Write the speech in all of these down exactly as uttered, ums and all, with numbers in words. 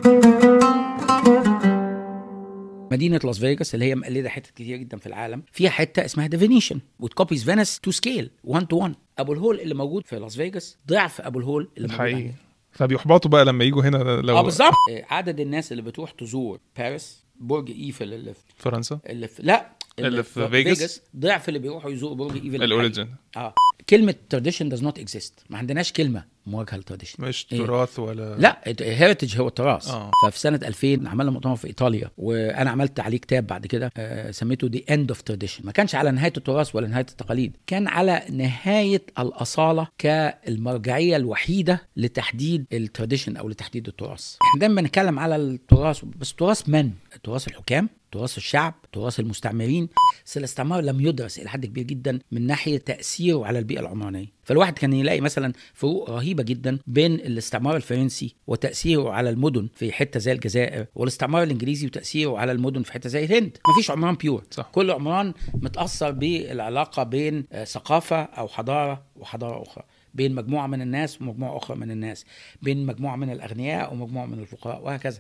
مدينة لاس فيغاس اللي هي مقلدة حتة كتير جدا في العالم، فيها حتة اسمها The Venetian وتكوبيز فينيس تو سكيل one to one. أبو الهول اللي موجود في لاس فيغاس ضعف أبو الهول اللي موجود حقيقي. فبيحبطوا بقى لما يجوا هنا لو اه بالظبط. عدد الناس اللي بتروح تزور باريس، برج ايفل اللي في فرنسا، اللي في لا اللي, اللي في فيغاس ضعف اللي بيروحوا يزوروا برج ايفل الاوريجين. اه كلمة tradition does not exist. ما عندناش كلمة مواجهة للتراديشن، مش تراث ولا لا هيريتج هو التراث. آه. ففي سنة ألفين عملنا مؤتمر في إيطاليا، وأنا عملت عليه كتاب بعد كده آه سميته The End of Tradition. ما كانش على نهاية التراث ولا نهاية التقاليد، كان على نهاية الأصالة كالمرجعية الوحيدة لتحديد التراديشن أو لتحديد التراث. احنا دايما بنتكلم على التراث، بس تراث من؟ تراث الحكام، تراث الشعب، تراث المستعمرين. بس الاستعمار لم يدرس إلى حد كبير جدا من ناحية تأثيره على البيئة العمرانية. فالواحد كان يلاقي مثلا فروق رهيبة جدا بين الاستعمار الفرنسي وتأثيره على المدن في حتة زي الجزائر، والاستعمار الإنجليزي وتأثيره على المدن في حتة زي الهند. مفيش عمران بيور، صح. كل عمران متأثر بالعلاقة بين ثقافة أو حضارة وحضارة أخرى، بين مجموعة من الناس ومجموعة أخرى من الناس، بين مجموعة من الأغنياء ومجموعة من الفقراء، وهكذا.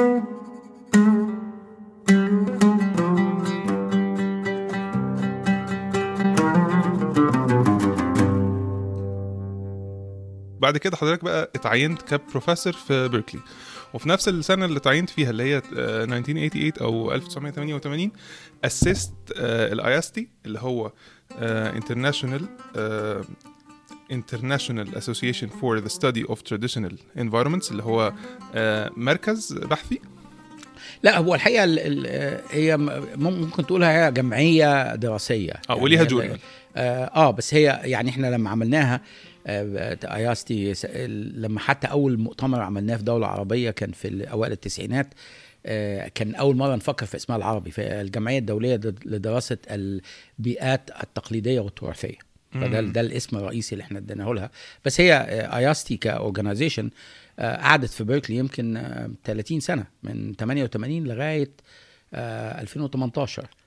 بعد كده حضرتك بقى اتعينت كبروفيسور في بيركلي، وفي نفس السنة اللي اتعينت فيها اللي هي ألف وتسعمية وتمانية وتمانين أو ألف وتسعمية تمانية وتمانين أسست الاي اس تي اللي هو International International Association for the Study of Traditional Environments، اللي هو مركز بحثي. لا هو الحقيقة ال ال هي ممكن تقولها هي جمعية دراسية اه يعني وليها جورنال آه, اه بس هي يعني احنا لما عملناها اي اس تي، لما حتى اول مؤتمر عملناه في دولة عربية كان في اوائل التسعينات، آه كان اول مرة نفكر في اسمها العربي، في الجمعية الدولية لدراسة البيئات التقليدية والتراثية. فده ده الاسم الرئيسي اللي احنا اديناه لها. بس هي اي اس تي كاورجانيزيشن قعدت في بيركلي يمكن ثلاثين سنة، من ثمانية وثمانين لغاية ألفين وثمانية عشر،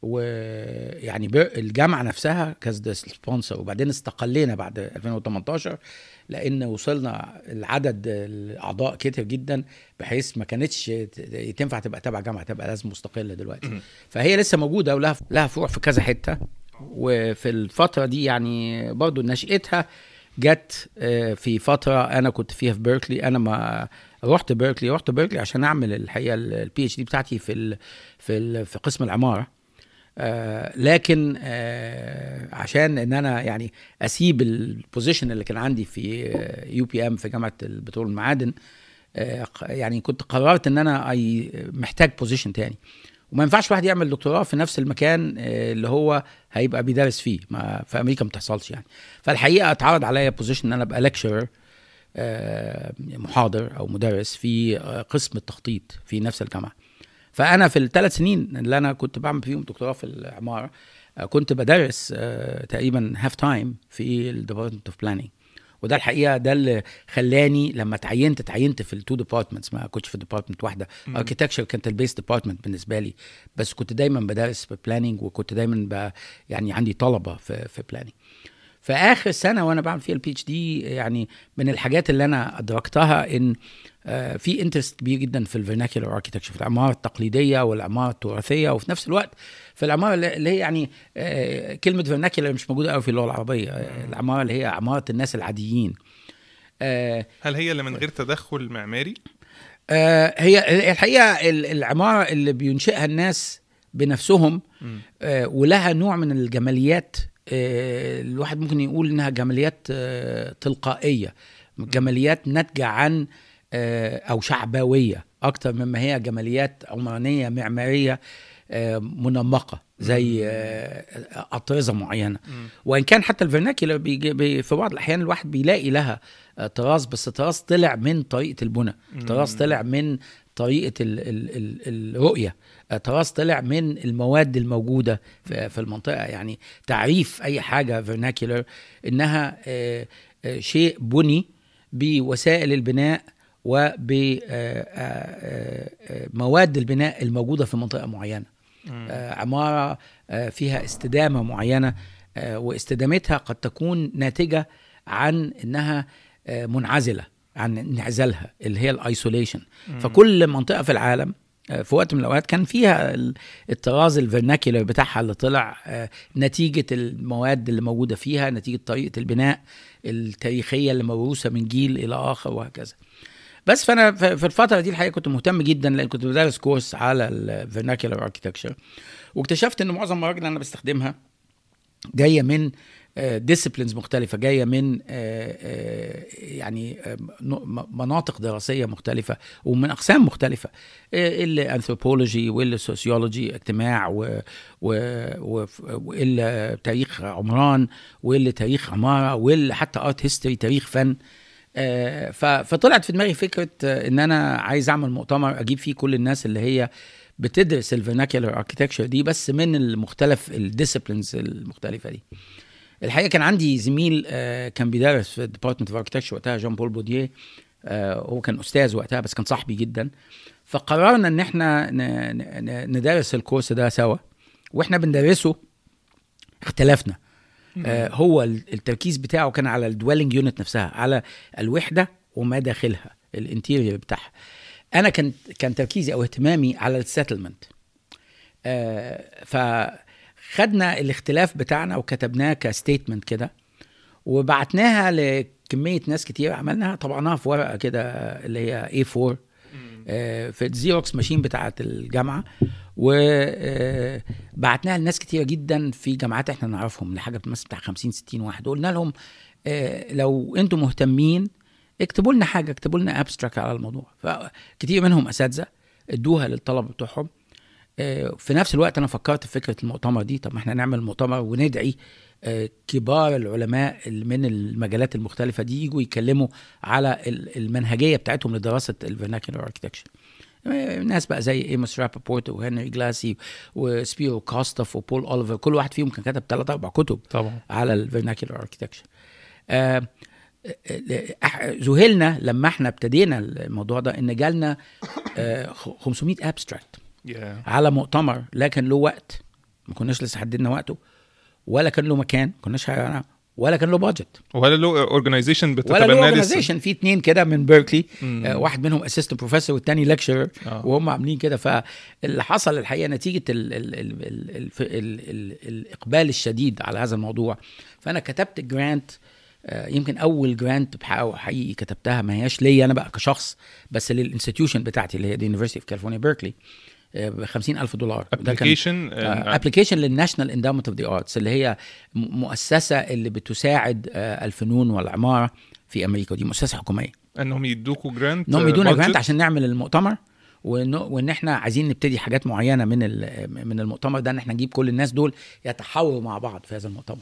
ويعني الجامعة نفسها كانت سبونسر. وبعدين استقلينا بعد ألفين وثمانية عشر لأن وصلنا العدد الأعضاء كتير جدا، بحيث ما كانتش تنفع تبقى تبع جامعة، تبقى لازم مستقلة دلوقتي. فهي لسه موجودة ولها لها فروع في كذا حتة. وفي الفترة دي يعني برضو نشأتها جت في فترة أنا كنت فيها في بيركلي. أنا ما رحت بيركلي رحت بيركلي عشان أعمل الحقيقة البي اتش دي بتاعتي في ال في ال في قسم العمارة، آه لكن آه عشان ان انا يعني اسيب البوزيشن اللي كان عندي في يو بي ام في جامعه البترول والمعادن، آه يعني كنت قررت ان انا اي محتاج بوزيشن تاني، وما ينفعش واحد يعمل دكتوراه في نفس المكان آه اللي هو هيبقى بيدرس فيه. ما في امريكا ما بتحصلش يعني. فالحقيقه اتعرض عليا بوزيشن ان انا ابقى ليكتشرر، آه محاضر او مدرس في قسم التخطيط في نفس الجامعه. فأنا في الثلاث سنين اللي أنا كنت بعمل فيهم دكتوراه في العمارة كنت بدرس تقريبا هاف تايم في الديبارتمنت اوف بلانينج. وده الحقيقة ده اللي خلاني لما تعينت تعينت في التو ديبارتمنتس، ما كنتش في ديبارتمنت واحدة. اركيتكتشر كانت البيس ديبارتمنت بالنسبة لي، بس كنت دايما بدرس في بلانينج، وكنت دايما يعني عندي طلبة في في بلانينج. في آخر سنة وأنا بعمل فيها البي اتش دي، يعني من الحاجات اللي أنا أدركتها إن آه في انترست كبير جدا في الفيرناكولار اركيتكتشر، في العمارة التقليدية والعمارة التراثية، وفي نفس الوقت في العمارة اللي هي يعني آه كلمة فيرناكولار مش موجودة قوي في اللغة العربية، آه العمارة اللي هي عمارة الناس العاديين. آه هل هي اللي من غير تدخل معماري؟ آه هي الحقيقة العمارة اللي بينشئها الناس بنفسهم، آه ولها نوع من الجماليات. آه الواحد ممكن يقول إنها جماليات آه تلقائية، جماليات ناتجة عن أو شعبوية أكتر مما هي جماليات عمرانية معمارية منمقة زي أطرزة معينة. وإن كان حتى الفيرناكيولار بي في بعض الأحيان الواحد بيلاقي لها طراز، بس طراز طلع من طريقة البناء، طراز طلع من طريقة ال ال ال الرؤية، طراز طلع من المواد الموجودة في المنطقة. يعني تعريف أي حاجة فيرناكيولار إنها شيء بني بوسائل البناء وبمواد البناء الموجودة في منطقة معينة، عمارة فيها استدامة معينة، واستدامتها قد تكون ناتجة عن إنها منعزلة عن انعزالها اللي هي الايسوليشن. فكل منطقه في العالم في وقت من الاوقات كان فيها الطراز الفيرناكيولر بتاعها اللي طلع نتيجه المواد اللي موجوده فيها، نتيجه طريقه البناء التاريخيه اللي موروثه من جيل الى اخر وهكذا. بس فانا في الفتره دي الحقيقه كنت مهتم جدا لان كنت بدرس كورس على الفيرناكيولر اركيتكتشر، واكتشفت ان معظم المراجع اللي انا بستخدمها جايه من ديسيبلينز مختلفة، جاية من يعني مناطق دراسية مختلفة ومن أقسام مختلفة، اللي أنثروبولوجي واللي سوسيولوجي اجتماع واللي تاريخ عمران واللي تاريخ عمارة واللي حتى آرت هيستوري تاريخ فن. فطلعت في دماغي فكرة إن أنا عايز أعمل مؤتمر أجيب فيه كل الناس اللي هي بتدرس الفيرناكيولر اركيتكتشر دي بس من المختلف الديسيبلينز المختلفة دي. الحقيقه كان عندي زميل آه كان بيدرس في ديبارتمنت اوف اركتكتشر وقتها، جون بول بوديه، آه هو كان استاذ وقتها بس كان صاحبي جدا. فقررنا ان احنا ندرس الكورس ده سوا، واحنا بندرسه اختلفنا. آه هو التركيز بتاعه كان على الدويلنج يونت نفسها، على الوحده وما داخلها الانتيريور بتاعها. انا كان كان تركيزي او اهتمامي على السيتلمنت. آه ف خدنا الاختلاف بتاعنا وكتبناه كستيتمنت كده وبعتناها لكمية ناس كتير، عملناها طبعناها في ورقة كده اللي هي إيه فور آه في الزيروكس ماشين بتاعة الجامعة، وبعتناها لناس كتير جدا في جامعات احنا نعرفهم، لحاجة مثلا بتاع خمسين ستين واحد. وقلنا لهم آه لو انتم مهتمين اكتبوا لنا حاجة، اكتبوا لنا ابستراكت على الموضوع. فكتير منهم أساتذة ادوها للطلبة بتوعهم. في نفس الوقت أنا فكرت في فكرة المؤتمر دي، طب ما احنا نعمل مؤتمر وندعي كبار العلماء من المجالات المختلفة دي يجوا يكلموا على المنهجية بتاعتهم لدراسة الفيرناكيولر اركيتكتشر. ناس بقى زي ايموس رابابورت وهنري جلاسي وسبيرو كوستوف وبول أوليفر، كل واحد فيهم كان كتب ثلاث أربع كتب طبعا على الفيرناكيولر اركيتكتشر. آه ذهلنا لما احنا ابتدينا الموضوع ده ان جالنا آه خمسمية ابستراكت yeah. على مؤتمر، لكن له وقت ما كناش لسه حددنا وقته، ولا كان له مكان كناش حيرانا، ولا كان له بادجت، ولا له اورجانيزيشن بتتبناه، ولا له اورجانيزيشن. في اتنين كده من بيركلي، آه واحد منهم اسيستنت بروفيسور والتاني ليكتشرر آه. وهم عاملين كده. فاللي حصل الحقيقه نتيجه ال ال ال ال ال ال ال الاقبال الشديد على هذا الموضوع، فانا كتبت جرانت، آه يمكن اول جرانت حقيقي كتبتها، ما هياش ليا انا بقى كشخص بس للانستيتيوشن بتاعتي اللي هي اليونيفرسيتي اوف كاليفورنيا بيركلي، بخمسين ألف دولار. ابليكيشن ابليكيشن للناشونال انداومنت اوف ذا ارتس، اللي هي مؤسسه اللي بتساعد آه الفنون والعماره في امريكا، ودي مؤسسه حكوميه. انهم يدوكوا جرانت، انهم يدونا جرانت عشان نعمل المؤتمر، وان وان احنا عايزين نبتدي حاجات معينه من من المؤتمر ده، ان احنا نجيب كل الناس دول يتحاوروا مع بعض في هذا المؤتمر.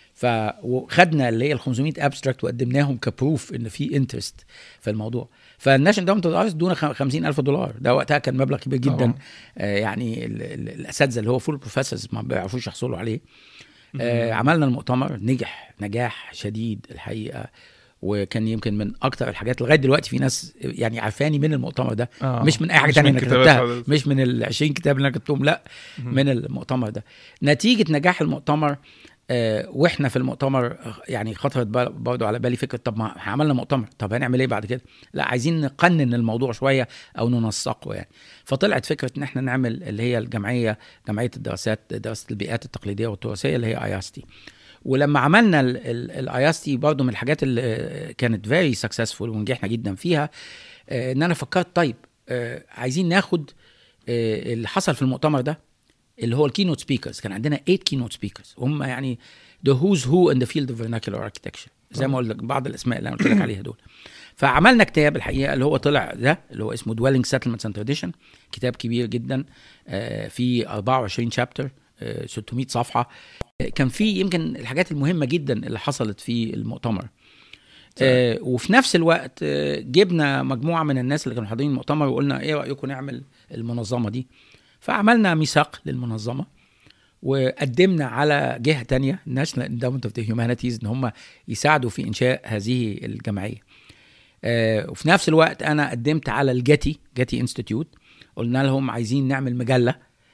فخدنا اللي هي ال خمسمية ابستراكت وقدمناهم كبروف ان في انترست في الموضوع. فالناشونال انداومنت اوف ذا ارتس دونا خمسين ألف دولار، ده وقتها كان مبلغ كبير جدا. آه يعني الاساتذه اللي هو فول بروفيسورز ما بيعرفوش يحصلوا عليه. آه عملنا المؤتمر، نجح نجاح شديد الحقيقه، وكان يمكن من اكتر الحاجات لغايه دلوقتي في ناس يعني عارفاني من المؤتمر ده، آه. مش من اي حاجه تانية انا كتبتها، مش من العشرين كتاب اللي انا كتبتهم، لا مم. من المؤتمر ده. نتيجه نجاح المؤتمر آه واحنا في المؤتمر يعني خطرت برضو على بالي فكره، طب ما عملنا مؤتمر، طب هنعمل ايه بعد كده؟ لا عايزين نقنن الموضوع شويه او ننسقه يعني. فطلعت فكره ان احنا نعمل اللي هي الجمعيه جمعيه الدراسات دراسه البيئات التقليديه والتراثيه اللي هي اياستي. ولما عملنا الاياستي برضو من الحاجات اللي كانت فيري سكسسفول ونجحنا جدا فيها، آه ان انا فكرت طيب آه عايزين ناخد آه اللي حصل في المؤتمر ده اللي هو الكينوت سبيكرز. كان عندنا eight كينوت سبيكرز، هم يعني the who's who in the field of vernacular architecture، زي ما قلت لك بعض الاسماء اللي انا قلت لك عليها دول. فعملنا كتاب الحقيقه اللي هو طلع ده اللي هو اسمه Dwelling Settlements and Tradition، كتاب كبير جدا آه في أربعة وعشرين شابتر، آه ستمية صفحه. آه كان فيه يمكن الحاجات المهمه جدا اللي حصلت في المؤتمر. آه وفي نفس الوقت آه جبنا مجموعه من الناس اللي كانوا حاضرين المؤتمر وقلنا ايه رايكم نعمل المنظمه دي. فعملنا ميثاق للمنظمة وقدمنا على جهة تانية National Endowment of the Humanities ان هم يساعدوا في انشاء هذه الجمعية. آه وفي نفس الوقت انا قدمت على الجاتي جاتي انستيتيوت، قلنا لهم عايزين نعمل مجلة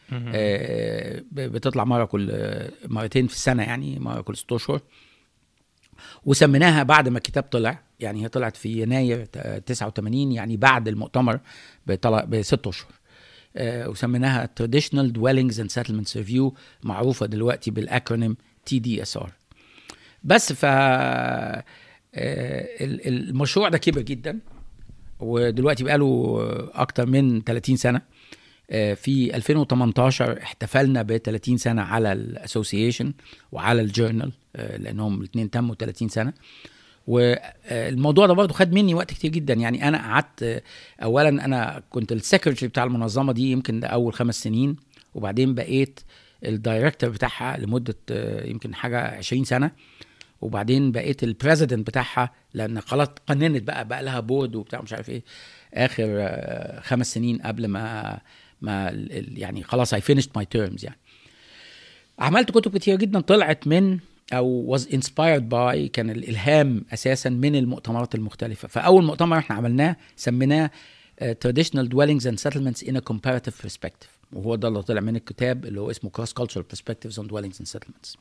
آه بتطلع مرة كل مرتين في السنة، يعني مرة كل ستة اشهر، وسميناها بعد ما الكتاب طلع يعني هي طلعت في يناير تسعة وثمانين، يعني بعد المؤتمر بست اشهر. آه وسميناها Traditional Dwellings and Settlements Review، معروفة دلوقتي بالاكرونيم تي دي اس ار. بس ف آه المشروع ده كبر جدا، ودلوقتي بقاله اكتر من ثلاثين سنة. آه في ألفين وثمانية عشر احتفلنا ب ثلاثين سنة على الاسوسيشن وعلى الجورنال، آه لانهم الاثنين تموا ثلاثين سنة. والموضوع ده برضو خد مني وقت كتير جدا. يعني انا قعدت، اولا انا كنت السكرتري بتاع المنظمه دي يمكن ده اول خمس سنين، وبعدين بقيت الدايركتور بتاعها لمده يمكن حاجه عشرين سنة، وبعدين بقيت البريزيدنت بتاعها لان خلاص قننت بقى بقى لها بورد وبتاع مش عارف ايه اخر خمس سنين قبل ما ما يعني خلاص I finished my terms. يعني عملت كتب كتير جدا طلعت من أو was inspired by، كان الإلهام أساسا من المؤتمرات المختلفة. فأول مؤتمر احنا عملناه سميناه uh, Traditional Dwellings and Settlements in a Comparative Perspective، وهو ده اللي طلع من الكتاب اللي هو اسمه Cross Cultural Perspectives on Dwellings and Settlements.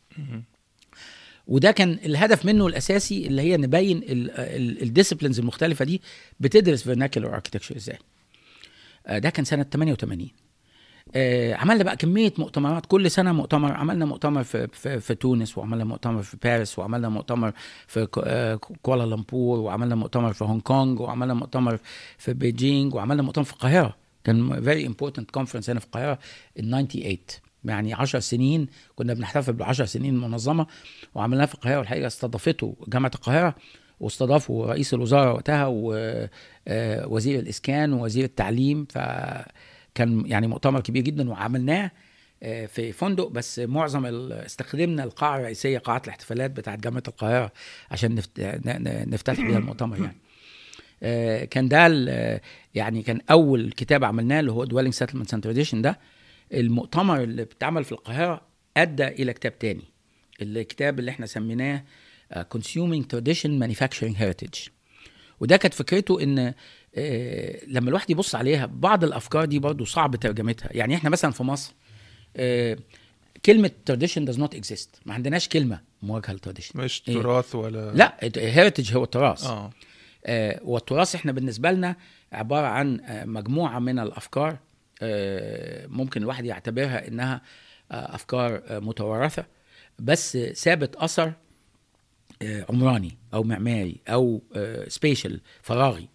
وده كان الهدف منه الأساسي اللي هي نبين الديسيبلينز المختلفة دي بتدرس vernacular architecture ازاي. uh, ده كان سنة ثمانية وثمانين. آه عملنا بقى كمية مؤتمرات، كل سنة مؤتمر. عملنا مؤتمر في, في, في تونس، وعملنا مؤتمر في باريس، وعملنا مؤتمر في آه كوالالمبور، وعملنا مؤتمر في هونج كونج، وعملنا مؤتمر في بيجينج، وعملنا مؤتمر في القاهرة. كان very important conference هنا في القاهرة in ثمانية وتسعين، يعني عشر سنين كنا بنحتفل بعشر سنين المنظمة، وعملناها في القاهرة. والحقيقة استضافته جامعة القاهرة، واستضافوا رئيس الوزراء وقتها ووزير الإسكان ووزير التعليم. ف كان يعني مؤتمر كبير جدا، وعملناه في فندق، بس معظم استخدمنا القاعة الرئيسية، قاعة الاحتفالات بتاعت جامعة القاهرة، عشان نفتتح بيها المؤتمر. يعني كان ده يعني كان أول كتاب عملناه اللي هو Dwelling Settlements and Tradition. ده المؤتمر اللي بتعمل في القاهرة أدى إلى كتاب تاني، الكتاب اللي احنا سميناه Consuming Tradition Manufacturing Heritage. وده كانت فكرته ان آه لما الواحد يبص عليها بعض الافكار دي برضو صعب ترجمتها. يعني احنا مثلا في مصر آه كلمه tradition does not exist، ما عندناش كلمه مواجهه للتراديشن، مش تراث ولا لا heritage هو التراث. اه, آه والتراث احنا بالنسبه لنا عباره عن آه مجموعه من الافكار، آه ممكن الواحد يعتبرها انها آه افكار آه متوارثه، بس ثابت اثر عمراني او معماري او سبيشال فراغي.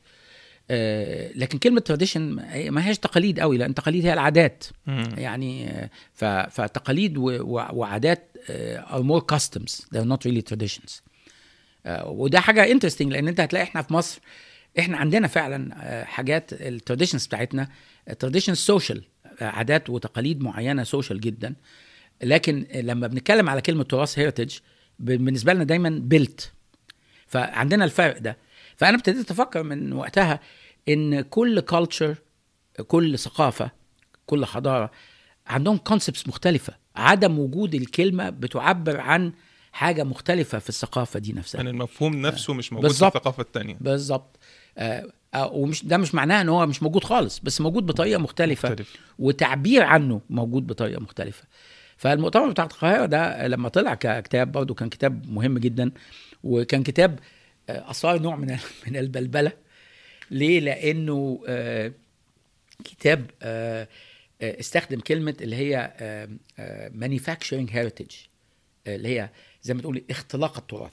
لكن كلمه تراديشن ما هيش تقاليد قوي، لان تقاليد هي العادات. مم. يعني فتقاليد وعادات are more customs, they're not really traditions. وده حاجه انترستينج، لان انت هتلاقي احنا في مصر احنا عندنا فعلا حاجات التراديشنز بتاعتنا تراديشنز سوشيال، عادات وتقاليد معينه سوشيال جدا. لكن لما بنتكلم على كلمه تراث هيريتج بالنسبه لنا دايما بيلت، فعندنا الفرق ده. فانا ابتديت افكر من وقتها ان كل كلتشر، كل ثقافه، كل حضاره عندهم كونسبتس مختلفه. عدم وجود الكلمه بتعبر عن حاجه مختلفه في الثقافه دي نفسها، يعني المفهوم نفسه مش موجود بالزبط. في الثقافه الثانيه بالظبط. آه ومش ده مش معناه ان هو مش موجود خالص، بس موجود بطريقه مختلفه مختلف. وتعبير عنه موجود بطريقه مختلفه. فالمؤتمر بتاع القاهرة ده لما طلع ككتاب برضو كان كتاب مهم جدا، وكان كتاب أثار نوع من من البلبلة. ليه؟ لأنه كتاب استخدم كلمة اللي هي manufacturing heritage، اللي هي زي ما تقولي اختلاق التراث.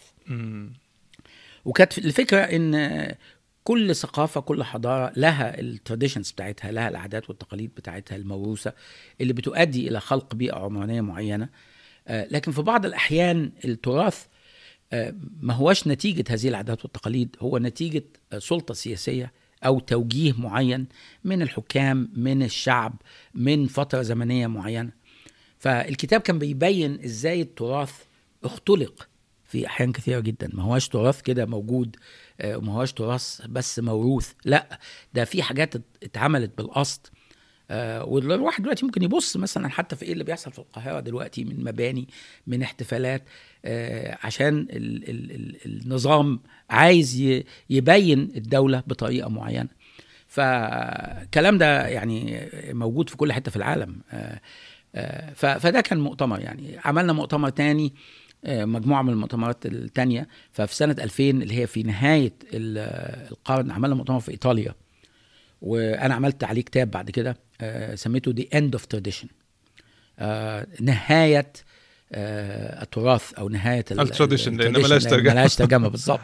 وكانت الفكرة إن كل ثقافة، كل حضارة لها التراديشنز بتاعتها، لها العادات والتقاليد بتاعتها الموروثة اللي بتؤدي إلى خلق بيئة عمرانية معينة. آه لكن في بعض الأحيان التراث آه ما هوش نتيجة هذه العادات والتقاليد، هو نتيجة آه سلطة سياسية أو توجيه معين من الحكام، من الشعب، من فترة زمنية معينة. فالكتاب كان بيبين إزاي التراث اختلق في أحيان كثيرة جدا. ما هوش تراث كده موجود، وما هوش تراث بس موروث، لا ده في حاجات اتعملت بالقصد. آه والواحد دلوقتي ممكن يبص مثلا حتى في ايه اللي بيحصل في القاهرة دلوقتي من مباني، من احتفالات، آه عشان ال ال ال النظام عايز يبين الدولة بطريقة معينة. فالكلام ده يعني موجود في كل حتة في العالم. آه آه فده كان مؤتمر. يعني عملنا مؤتمر تاني مجموعة من المؤتمرات التانية. ففي سنة ألفين اللي هي في نهاية القرن عملنا مؤتمر في إيطاليا، وأنا عملت عليه كتاب بعد كده سميته The End of Tradition، نهاية التراث أو نهاية التراديشن، لأن ملاش ترجمة ملاش ترجمة بالضبط.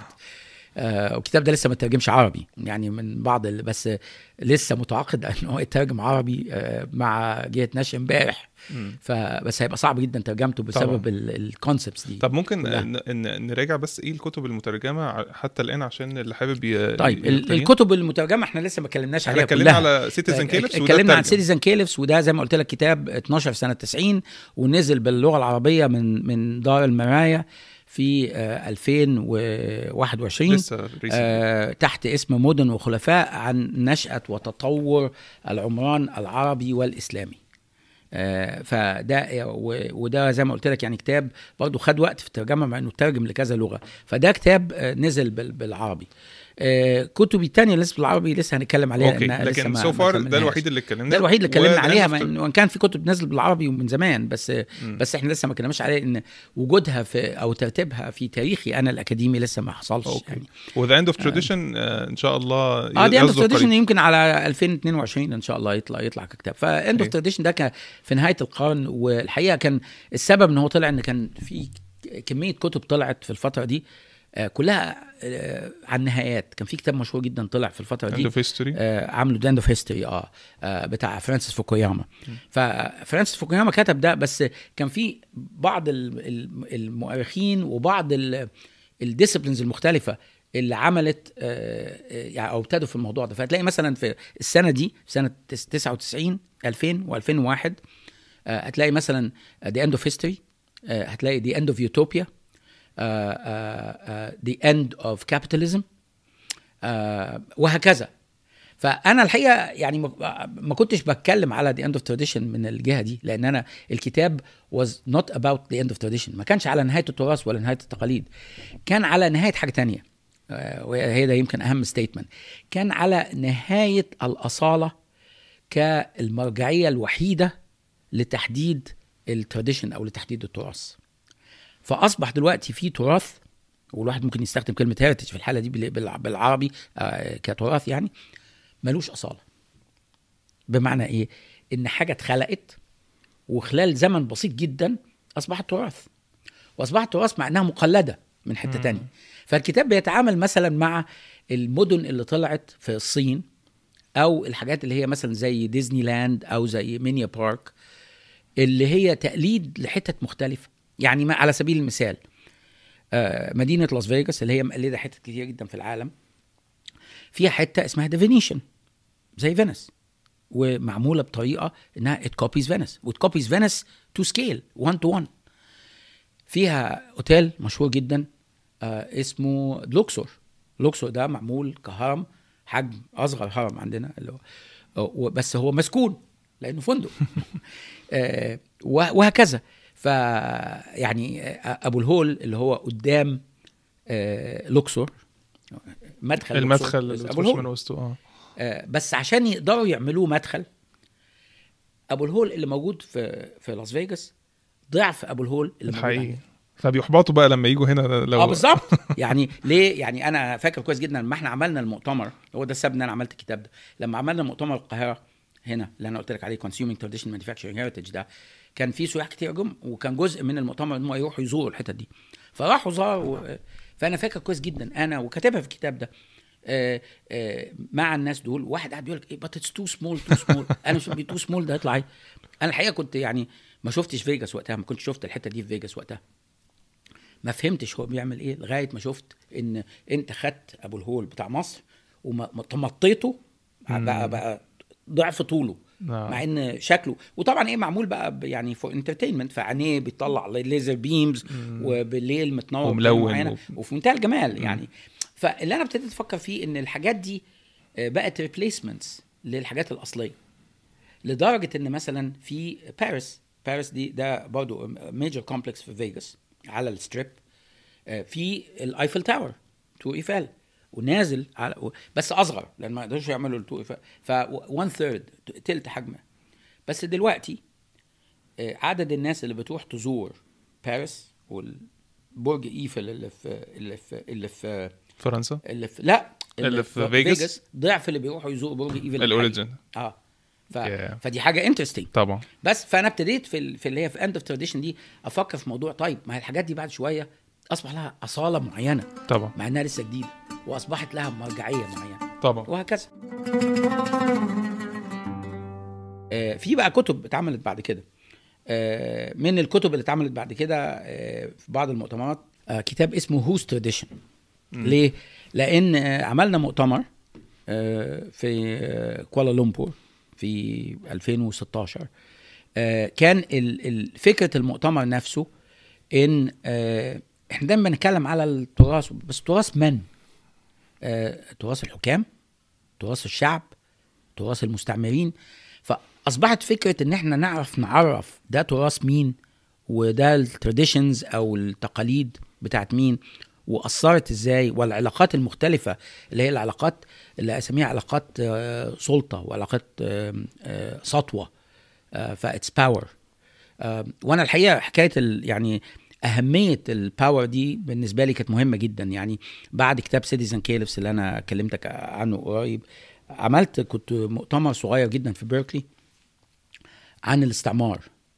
آه والكتاب ده لسه ما ترجمش عربي يعني من بعض ال... بس لسه متعاقد ان هو يترجم عربي آه مع جهه نشر امبارح، فبس هيبقى صعب جدا ترجمته بسبب الكونسبتس دي. طب ممكن ن... نراجع بس ايه الكتب المترجمه حتى الان عشان اللي حابب ي... طيب ي... الكتب المترجمه احنا لسه ما اتكلمناش عليها كلها. اتكلمنا على سيتيزن كيلفز، اتكلمنا عن سيتيزن كيلفز، وده زي ما قلت لك كتاب اتناشر في سنه تسعين ونزل باللغه العربيه من من دار المرايا في ألفين وواحد وعشرين آه تحت اسم مدن وخلفاء عن نشأة وتطور العمران العربي والإسلامي. آه فده وده زي ما قلت لك يعني كتاب برضو خد وقت في الترجمة مع انه ترجم لكذا لغة، فده كتاب آه نزل بالعربي. آه كتبي التانية لسه بالعربي لسه هنتكلم عليها، أوكي. لكن سو فار ده الوحيد اللي اتكلمنا ده الوحيد اللي اتكلمنا عليها، وان كان في كتب نزل بالعربي ومن زمان، بس م. بس احنا لسه ما اتكلمناش عليها ان وجودها في او ترتيبها في تاريخي انا الاكاديمي لسه ما حصلش. أوكي. يعني وذا اند اوف تراديشن ان شاء الله اه دي اند اوف تراديشن يمكن على ألفين واثنين وعشرين ان شاء الله يطلع يطلع ككتاب. فاند اوف تراديشن ده كان في نهايه القرن، والحقيقه كان السبب ان هو طلع ان كان في كميه كتب طلعت في الفتره دي كلها عن نهايات. كان في كتاب مشهور جدا طلع في الفتره دي آه عامله The End of History اه, آه بتاع فرانسيس فوكوياما. ففرانسيس فوكوياما كتب ده، بس كان في بعض المؤرخين وبعض الديسيبلينز المختلفه اللي عملت آه يعني او ابتدوا في الموضوع ده. فتلاقي مثلا في السنه دي في سنه تسعة وتسعين ألفين وألفين وواحد آه هتلاقي مثلا The End of History، آه هتلاقي The End of Utopia، Uh, uh, uh, the end of capitalism uh, وهكذا. فأنا الحقيقة يعني ما كنتش بتكلم على the end of tradition من الجهة دي، لأن أنا الكتاب was not about the end of tradition، ما كانش على نهاية التراث ولا نهاية التقاليد، كان على نهاية حاجة تانية، uh, وهي ده يمكن أهم statement، كان على نهاية الأصالة كالمرجعية الوحيدة لتحديد التراديشن أو لتحديد التراث. فأصبح دلوقتي في تراث، والواحد ممكن يستخدم كلمة هيريتج في الحالة دي بالعربي آه كتراث، يعني ملوش أصالة. بمعنى إيه؟ إن حاجة اتخلقت وخلال زمن بسيط جدا أصبحت تراث، وأصبحت تراث مع أنها مقلدة من حتة تانية. فالكتاب بيتعامل مثلا مع المدن اللي طلعت في الصين، أو الحاجات اللي هي مثلا زي ديزني لاند أو زي مينيا بارك، اللي هي تقليد لحتة مختلفة. يعني ما على سبيل المثال آه مدينة لاس فيغاس اللي هي مقلدة حتة كتير جدا في العالم، فيها حتة اسمها The Venetian زي فينيس، ومعمولة بطريقة انها it copies Venice و it copies Venice to scale one to one. فيها اوتيل مشهور جدا آه اسمه لوكسور. لوكسور ده معمول كهرم، حجم اصغر هرم عندنا اللي هو بس هو مسكون لانه فندق آه وهكذا. فيعني ابو الهول اللي هو قدام آه لوكسور، مدخل المدخل اللي بتخش من وسطه اه بس عشان يقدروا يعملوه مدخل، ابو الهول اللي موجود في في لاس فيغاس ضعف ابو الهول اللي الحقيقي، فبيحبطوا بقى لما يجوا هنا لو اه بالظبط. يعني ليه؟ يعني انا فاكر كويس جدا لما احنا عملنا المؤتمر، هو ده السبب ان انا عملت الكتاب ده. لما عملنا مؤتمر القاهره هنا اللي انا قلت لك عليه Consuming Traditional Manufacturing Heritage، ده كان في سياح كتير جم، وكان جزء من المؤتمر ان هم يروحوا يزوروا الحتت دي، فراحوا زاروا و... فانا فاكر كويس جدا انا وكاتبها في الكتاب ده آآ آآ مع الناس دول. واحد قاعد بيقول لك but it's too small too small انا مش بي too small ده يطلع ايه. انا الحقيقه كنت يعني ما شفتش فيجاس وقتها، ما كنتش شفت الحته دي في فيجاس وقتها، ما فهمتش هو بيعمل ايه لغايه ما شفت ان انت خدت ابو الهول بتاع مصر ومطيته بقى بقى ضعف طوله نعم. مع ان شكله وطبعا ايه معمول بقى يعني فور انترتينمنت، فعينيه بيطلع ليزر بيمز وبالليل متنور وملون و... وفي منتهى الجمال يعني. فاللي انا ابتديت افكر فيه ان الحاجات دي بقت ريبليسمنتس للحاجات الاصليه، لدرجه ان مثلا في باريس باريس دي ده برضو ميجر كومبلكس في فيغاس على الستريب، في الايفل تاور تو ايفل ونازل على بس اصغر لان ما قدروش يعملوا التو ايفل، ف one third تلت حجمه. بس دلوقتي عدد الناس اللي بتروح تزور باريس برج ايفل اللي في اللي في اللي في فرنسا اللي في لا اللي, اللي في فيجاس ضعف اللي بيروحوا يزوروا برج ايفل الاوريجن. اه ف... yeah. فدي حاجه انترستينج طبعا. بس فانا ابتديت في ال... في اللي هي في اند اوف تراديشن دي افكر في موضوع طيب ما هي الحاجات دي بعد شويه اصبح لها اصاله معينه طبعا مع انها لسه جديده واصبحت لها مرجعيه معينه طبعا وهكذا. آه في بقى كتب اتعملت بعد كده. آه من الكتب اللي اتعملت بعد كده آه في بعض المؤتمرات آه كتاب اسمه هوز تراديشن. ليه؟ لان آه عملنا مؤتمر آه في آه كوالالمبور في ألفين وستاشر. آه كان فكره المؤتمر نفسه ان آه احنا دايما بنتكلم على التراث، بس تراث من؟ آه تراث الحكام، تراث الشعب، تراث المستعمرين. فاصبحت فكره ان احنا نعرف نعرف ده تراث مين وده التراديشنز او التقاليد بتاعت مين واثرت ازاي، والعلاقات المختلفه اللي هي العلاقات اللي اسميها علاقات آه سلطه وعلاقات آه آه سطوه آه فاتس باور. آه وانا الحقيقه حكايه يعني أهمية الباور دي بالنسبة لي كانت مهمة جدا. يعني بعد كتاب سيتيزن كيلفز اللي أنا كلمتك عنه قريب عملت كنت مؤتمر صغير جدا في بيركلي عن الاستعمار،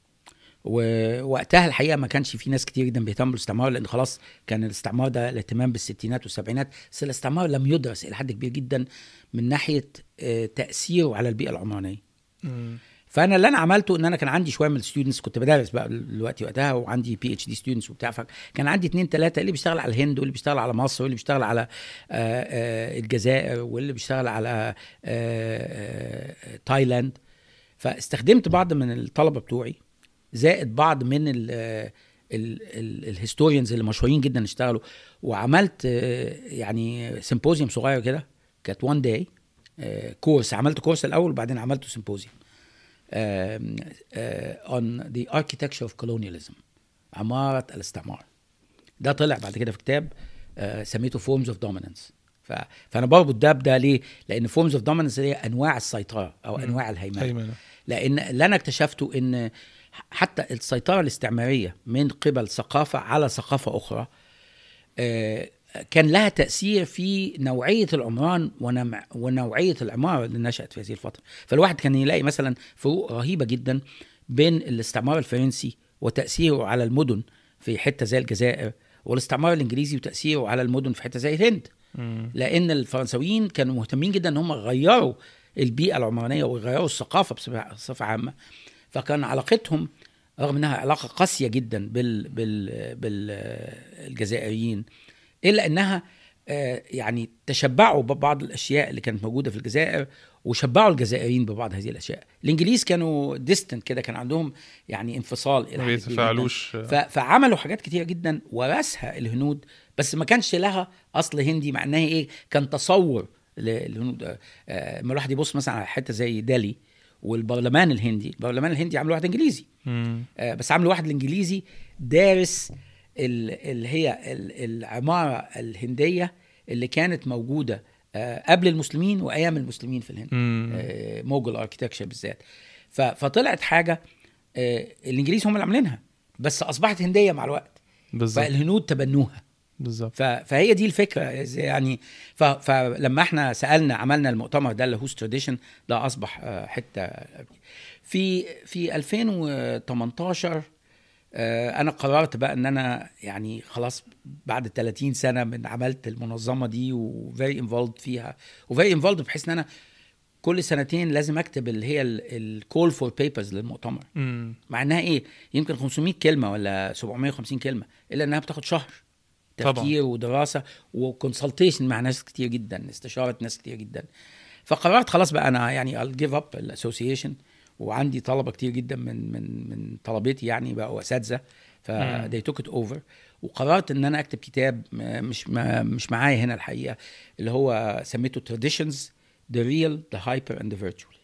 ووقتها الحقيقة ما كانش في ناس كتير جدا بيهتموا بالاستعمار لأن خلاص كان الاستعمار ده الاهتمام بالستينات والسبعينات، بس الاستعمار لم يدرس إلى حد كبير جدا من ناحية تأثيره على البيئة العمرانية. م. فانا اللي انا عملته ان انا كان عندي شويه من الستودنتس، كنت بدرس بقى دلوقتي وقتها وعندي بي اتش دي ستودنتس وبتاع، فكان عندي اتنين تلاته اللي بيشتغل على الهند واللي بيشتغل على مصر واللي بيشتغل على آآ آآ الجزائر واللي بيشتغل على آآ آآ تايلاند. فاستخدمت بعض من الطلبه بتوعي زائد بعض من ال ال الهيستوريانز اللي مشهورين جدا اشتغلوا، وعملت يعني سيمبوزيوم صغير كده، كانت وان داي كورس. عملت كورس الاول وبعدين عملته سيمبوزيوم Uh, uh, on the architecture of colonialism، عمارة الاستعمار. ده طلع بعد كده في كتاب uh, سميته forms of dominance. ف... فأنا بربط ده بده ليه؟ لأن forms of dominance هي أنواع السيطرة أو أنواع الهيمنة. لأن اللي أنا اكتشفته إن حتى السيطرة الاستعمارية من قبل ثقافة على ثقافة أخرى uh, كان لها تأثير في نوعية العمران ونوع... ونوعية العمارة اللي نشأت في هذه الفترة. فالواحد كان يلاقي مثلا فروق رهيبة جدا بين الاستعمار الفرنسي وتأثيره على المدن في حتة زي الجزائر، والاستعمار الإنجليزي وتأثيره على المدن في حتة زي الهند. م. لأن الفرنسويين كانوا مهتمين جدا أن هم غيروا البيئة العمرانية وغيروا الثقافة بصفة عامة. فكان علاقتهم رغم أنها علاقة قاسية جدا بال... بال... بالجزائريين، إلا أنها آه يعني تشبعوا ببعض الأشياء اللي كانت موجودة في الجزائر وشبعوا الجزائريين ببعض هذه الأشياء. الإنجليز كانوا ديستنت كده، كان عندهم يعني انفصال إلى ما بيتفاعلوش، فعملوا حاجات كتير جدا ورثها الهنود، بس ما كانش لها أصل هندي. معناه إيه؟ كان تصور للهنود. آه ما الواحد يبص مثلا على حتة زي دالي والبرلمان الهندي، البرلمان الهندي عملوا واحد إنجليزي آه بس عملوا واحد الإنجليزي دارس اللي هي العمارة الهندية اللي كانت موجودة قبل المسلمين وأيام المسلمين في الهند، موغل اركيتكتشر بالذات. فطلعت حاجة الإنجليز هم اللي عاملينها بس أصبحت هندية مع الوقت. بالزبط. فالهنود تبنوها بالظبط. فهي دي الفكرة يعني. فلما احنا سألنا عملنا المؤتمر ده اللي هوز تراديشن ده أصبح حتة في في ألفين وتمنتاشر. أنا قررت بقى أن أنا يعني خلاص بعد ثلاثين سنة من عملت المنظمة دي وفيري انفولد فيها وفيري انفولد بحيث أن أنا كل سنتين لازم أكتب اللي هي الكول فور بيبرز للمؤتمر. م. مع أنها إيه يمكن خمسمية كلمة ولا سبعمية وخمسين كلمة، إلا أنها بتاخد شهر تفكير طبعا. ودراسة وكونسلتيشن مع ناس كتير جدا، استشارة ناس كتير جدا. فقررت خلاص بقى أنا يعني I'll give up الاسوسيشن، وعندي طلبة كتير جدا من من من طلبتي يعني بقوا أساتذة، ف they took it over. وقررت ان انا اكتب كتاب مش مش معايا هنا الحقيقة، اللي هو سميته Traditions the Real the Hyper and the Virtual.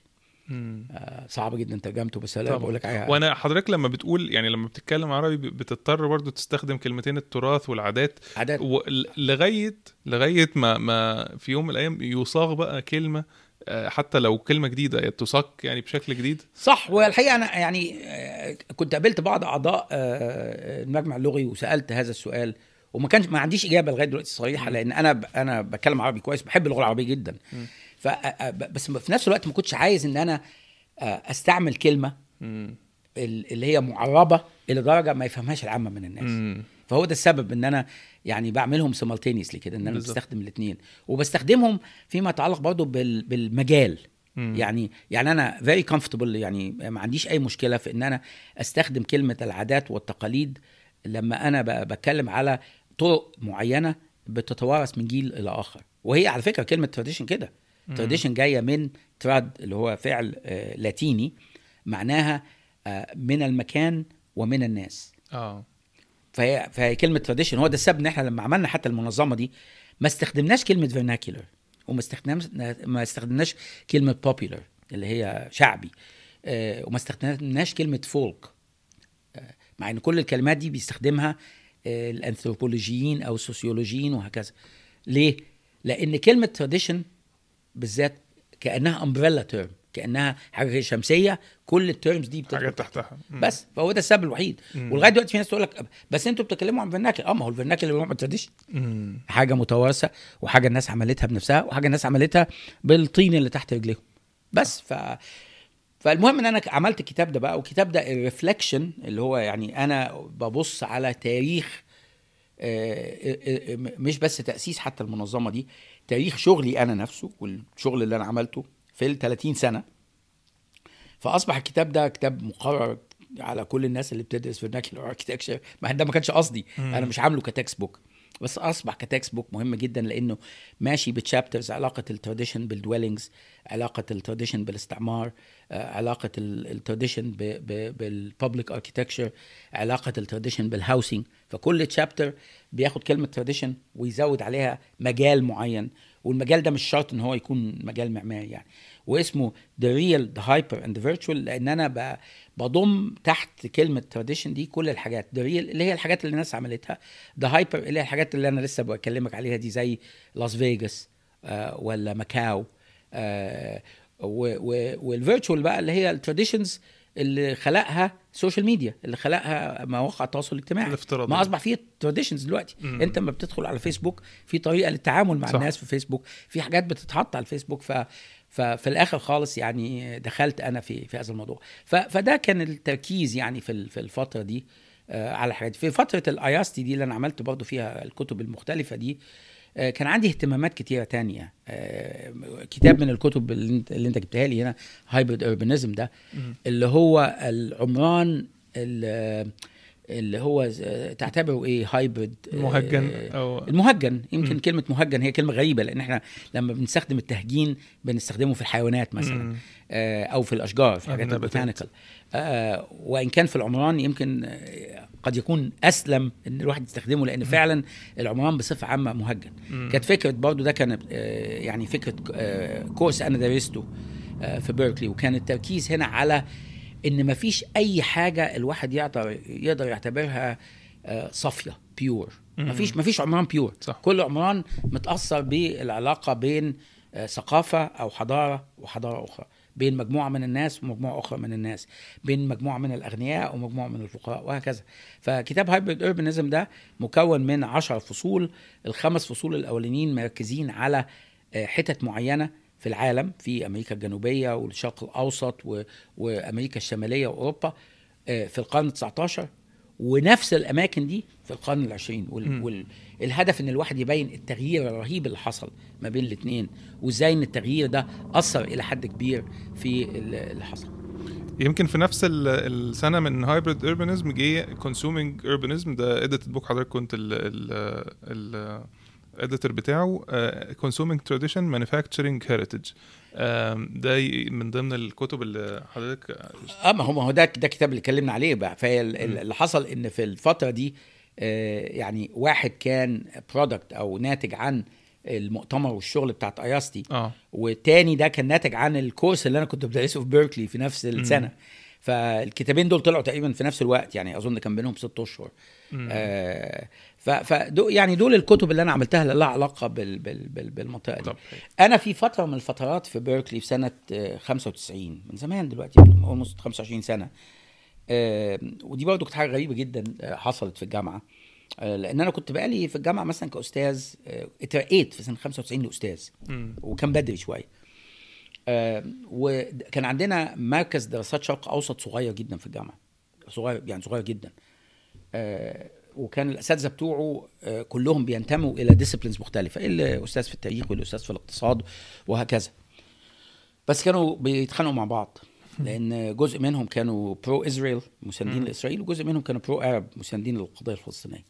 آه صعب جدا ترجمته بس انا بقول لك عليها. وانا حضرتك لما بتقول يعني لما بتتكلم عربي بتضطر برضو تستخدم كلمتين التراث والعادات عادات. لغايه لغايه ما ما في يوم من الايام يصاغ بقى كلمه حتى لو كلمه جديده تساق يعني بشكل جديد. صح. والحقيقه انا يعني كنت قابلت بعض اعضاء المجمع اللغوي وسالت هذا السؤال وما كانش ما عنديش اجابه لغايه دلوقتي صريحه، لان انا انا بتكلم عربي كويس، بحب اللغه العربيه جدا. ف بس في نفس الوقت ما كنتش عايز ان انا استعمل كلمه اللي هي معربه الى درجه ما يفهمهاش العامه من الناس. م. فهو ده السبب ان انا يعني بعملهم سيمالتينيسلي كده، ان انا بالزبط. بستخدم الاثنين وبستخدمهم فيما يتعلق برضه بالمجال. م. يعني يعني انا very comfortable، يعني ما عنديش اي مشكله في ان انا استخدم كلمه العادات والتقاليد لما انا بتكلم على طرق معينه بتتوارث من جيل الى اخر. وهي على فكره كلمه تراديشن كده، تراديشن جايه من تراد اللي هو فعل آه لاتيني معناها آه من المكان ومن الناس. اه فهي فهي كلمه تراديشن. هو ده السبب ان احنا لما عملنا حتى المنظمه دي ما استخدمناش كلمه فيرناكولار، وما استخدمناش ما استخدمناش كلمه بوبولار اللي هي شعبي، آه وما استخدمناش كلمه فولك، آه مع ان كل الكلمات دي بيستخدمها آه الانثروبولوجيين او السوسيولوجيين وهكذا. ليه؟ لان كلمه تراديشن بالذات كانها امبريلا تيرم، كانها حاجه شمسيه، كل التيرمز دي حاجه تحتها بس. فهو ده السبب الوحيد. ولغايه دلوقتي في ناس تقول لك بس انتوا بتتكلموا عن فيرناكل. اه ما هو الفيرناكل اللي هو تراديشن، حاجه متوارثه وحاجه الناس عملتها بنفسها وحاجه الناس عملتها بالطين اللي تحت رجليهم بس. ف فالمهم ان انا عملت الكتاب ده بقى، والكتاب ده الريفلكشن اللي هو يعني انا ببص على تاريخ مش بس تأسيس حتى المنظمة دي، تاريخ شغلي أنا نفسه والشغل اللي أنا عملته في الثلاثين سنة. فأصبح الكتاب ده كتاب مقرر على كل الناس اللي بتدرس في vernacular architecture، ما ده ما كانش قصدي، أنا مش عامله كتكست بوك، بس أصبح كتكست بوك مهم جدا لأنه ماشي بتشابترز، علاقة التراديشن بالدويلينجز، علاقة التراديشن بالاستعمار، علاقة التراديشن بالبابليك اركيتكتشر، علاقة التراديشن بالهاوسينج. فكل تشابتر بياخد كلمة تراديشن ويزود عليها مجال معين، والمجال ده مش شرط ان هو يكون مجال معماري يعني، واسمه The Real, The Hyper and The Virtual، لان انا بضم تحت كلمة تراديشن دي كل الحاجات. The Real اللي هي الحاجات اللي الناس عملتها، The Hyper اللي هي الحاجات اللي انا لسه بكلمك عليها دي، زي لاس فيغاس آه ولا ماكاو، آه والفيرتشوال بقى اللي هي التراديشنز اللي خلقها السوشيال ميديا، اللي خلقها مواقع التواصل الاجتماعي. ما اصبح فيه تراديشنز دلوقتي. مم. انت لما بتدخل على فيسبوك في طريقه للتعامل مع صح. الناس في فيسبوك، في حاجات بتتحط على الفيسبوك. ف ففي الاخر خالص يعني دخلت انا في في هذا الموضوع. ف فده كان التركيز يعني في في الفتره دي آه على حاجات. في فتره الاياستي دي اللي انا عملت برضو فيها الكتب المختلفه دي، كان عندي اهتمامات كتيرة تانية. كتاب من الكتب اللي انت جبتها لي هنا، هايبرد اوربانيزم ده، اللي هو العمران اللي هو تعتبره ايه هايبرد مهجن أو المهجن. يمكن م. كلمة مهجن هي كلمة غريبة، لان احنا لما بنستخدم التهجين بنستخدمه في الحيوانات مثلا م. او في الاشجار، في حاجات البوتانيكال. وان كان في العمران يمكن قد يكون أسلم إن الواحد يستخدمه، لأن فعلا العمران بصفة عامة مهجن. كانت فكرة برضو ده كان يعني فكرة كورس أنا درسته في بيركلي، وكان التركيز هنا على إن مفيش أي حاجة الواحد يقدر يقدر يعتبرها صافية بيور. مفيش مفيش عمران بيور. صح. كل عمران متأثر بالعلاقة بين ثقافة أو حضارة وحضارة أخرى، بين مجموعة من الناس ومجموعة أخرى من الناس، بين مجموعة من الأغنياء ومجموعة من الفقراء وهكذا. فكتاب هايبرد أوربانيزم ده مكون من عشر فصول. الخمس فصول الأولانيين مركزين على حتت معينة في العالم، في أمريكا الجنوبية والشرق الأوسط وأمريكا الشمالية وأوروبا في القرن التاسع عشر، ونفس الأماكن دي في القرن العشرين. والهدف إن الواحد يبين التغيير الرهيب اللي حصل ما بين الاثنين، وإزاي إن التغيير ده أثر إلى حد كبير في اللي حصل. يمكن في نفس السنة من هايبرد أوربانيزم جه كونسومينج أوربانيزم، ده إديتد بوك حضرتك كنت ال ال الإديتور بتاعه، كونسومينج تراديشن مانيفاكتشرينج هيريتج. ده من ضمن الكتب اللي حضرتك اه ما هو ما هو ده ده كتاب اللي اتكلمنا عليه بقى. فاللي حصل ان في الفتره دي يعني واحد كان برودكت او ناتج عن المؤتمر والشغل بتاعت اياستي، آه. والتاني ده كان ناتج عن الكورس اللي انا كنت بدرسه في بيركلي في نفس السنه. م. فالكتابين دول طلعوا تقريبا في نفس الوقت، يعني اظن كان بينهم ست اشهر. آه فدو يعني دول الكتب اللي انا عملتها اللي لها علاقه بال بال بال بالمنطقه دي. انا في فتره من الفترات في بيركلي في سنه خمسة وتسعين، من زمان دلوقتي almost خمسة وعشرين سنه، آه ودي برضو كانت حاجه غريبه جدا حصلت في الجامعه. آه لان انا كنت بقالي في الجامعه مثلا كاستاذ، آه اترقيت في سنه خمسة وتسعين لاستاذ، وكان بدري شويه. آه وكان عندنا مركز دراسات شرق اوسط صغير جدا في الجامعه، صغير يعني صغير جدا. آه وكان الاساتذه بتوعه آه كلهم بينتموا الى ديسيبلينز مختلفه، الاستاذ في التاريخ والاستاذ في الاقتصاد وهكذا. بس كانوا بيتخانقوا مع بعض، لان جزء منهم كانوا برو اسرائيل مساندين لاسرائيل، وجزء منهم كانوا برو عرب مساندين للقضيه الفلسطينيه.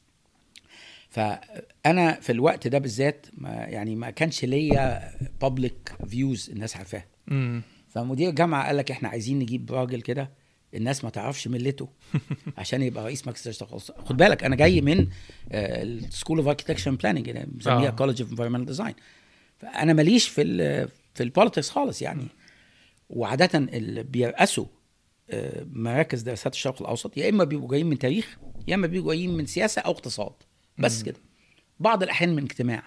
فانا في الوقت ده بالذات ما يعني ما كانش ليا بابليك فيوز الناس عارفاها. فمدير الجامعه قال لك احنا عايزين نجيب راجل كده الناس ما تعرفش ملته عشان يبقى رئيس مركز الاشتغال. خد بالك انا جاي من السكول اوف اركيتكتشر اند بلاننج، بنسميها كولج اوف انفايرمنتال ديزاين، فانا ماليش في ال في البوليتكس خالص يعني. وعاده اللي بيرأسوا مراكز دراسات الشرق الاوسط يا اما بيبقوا جايين من تاريخ، يا اما بيبقوا جايين من سياسه او اقتصاد، بس كده، بعض الاحيان من اجتماع.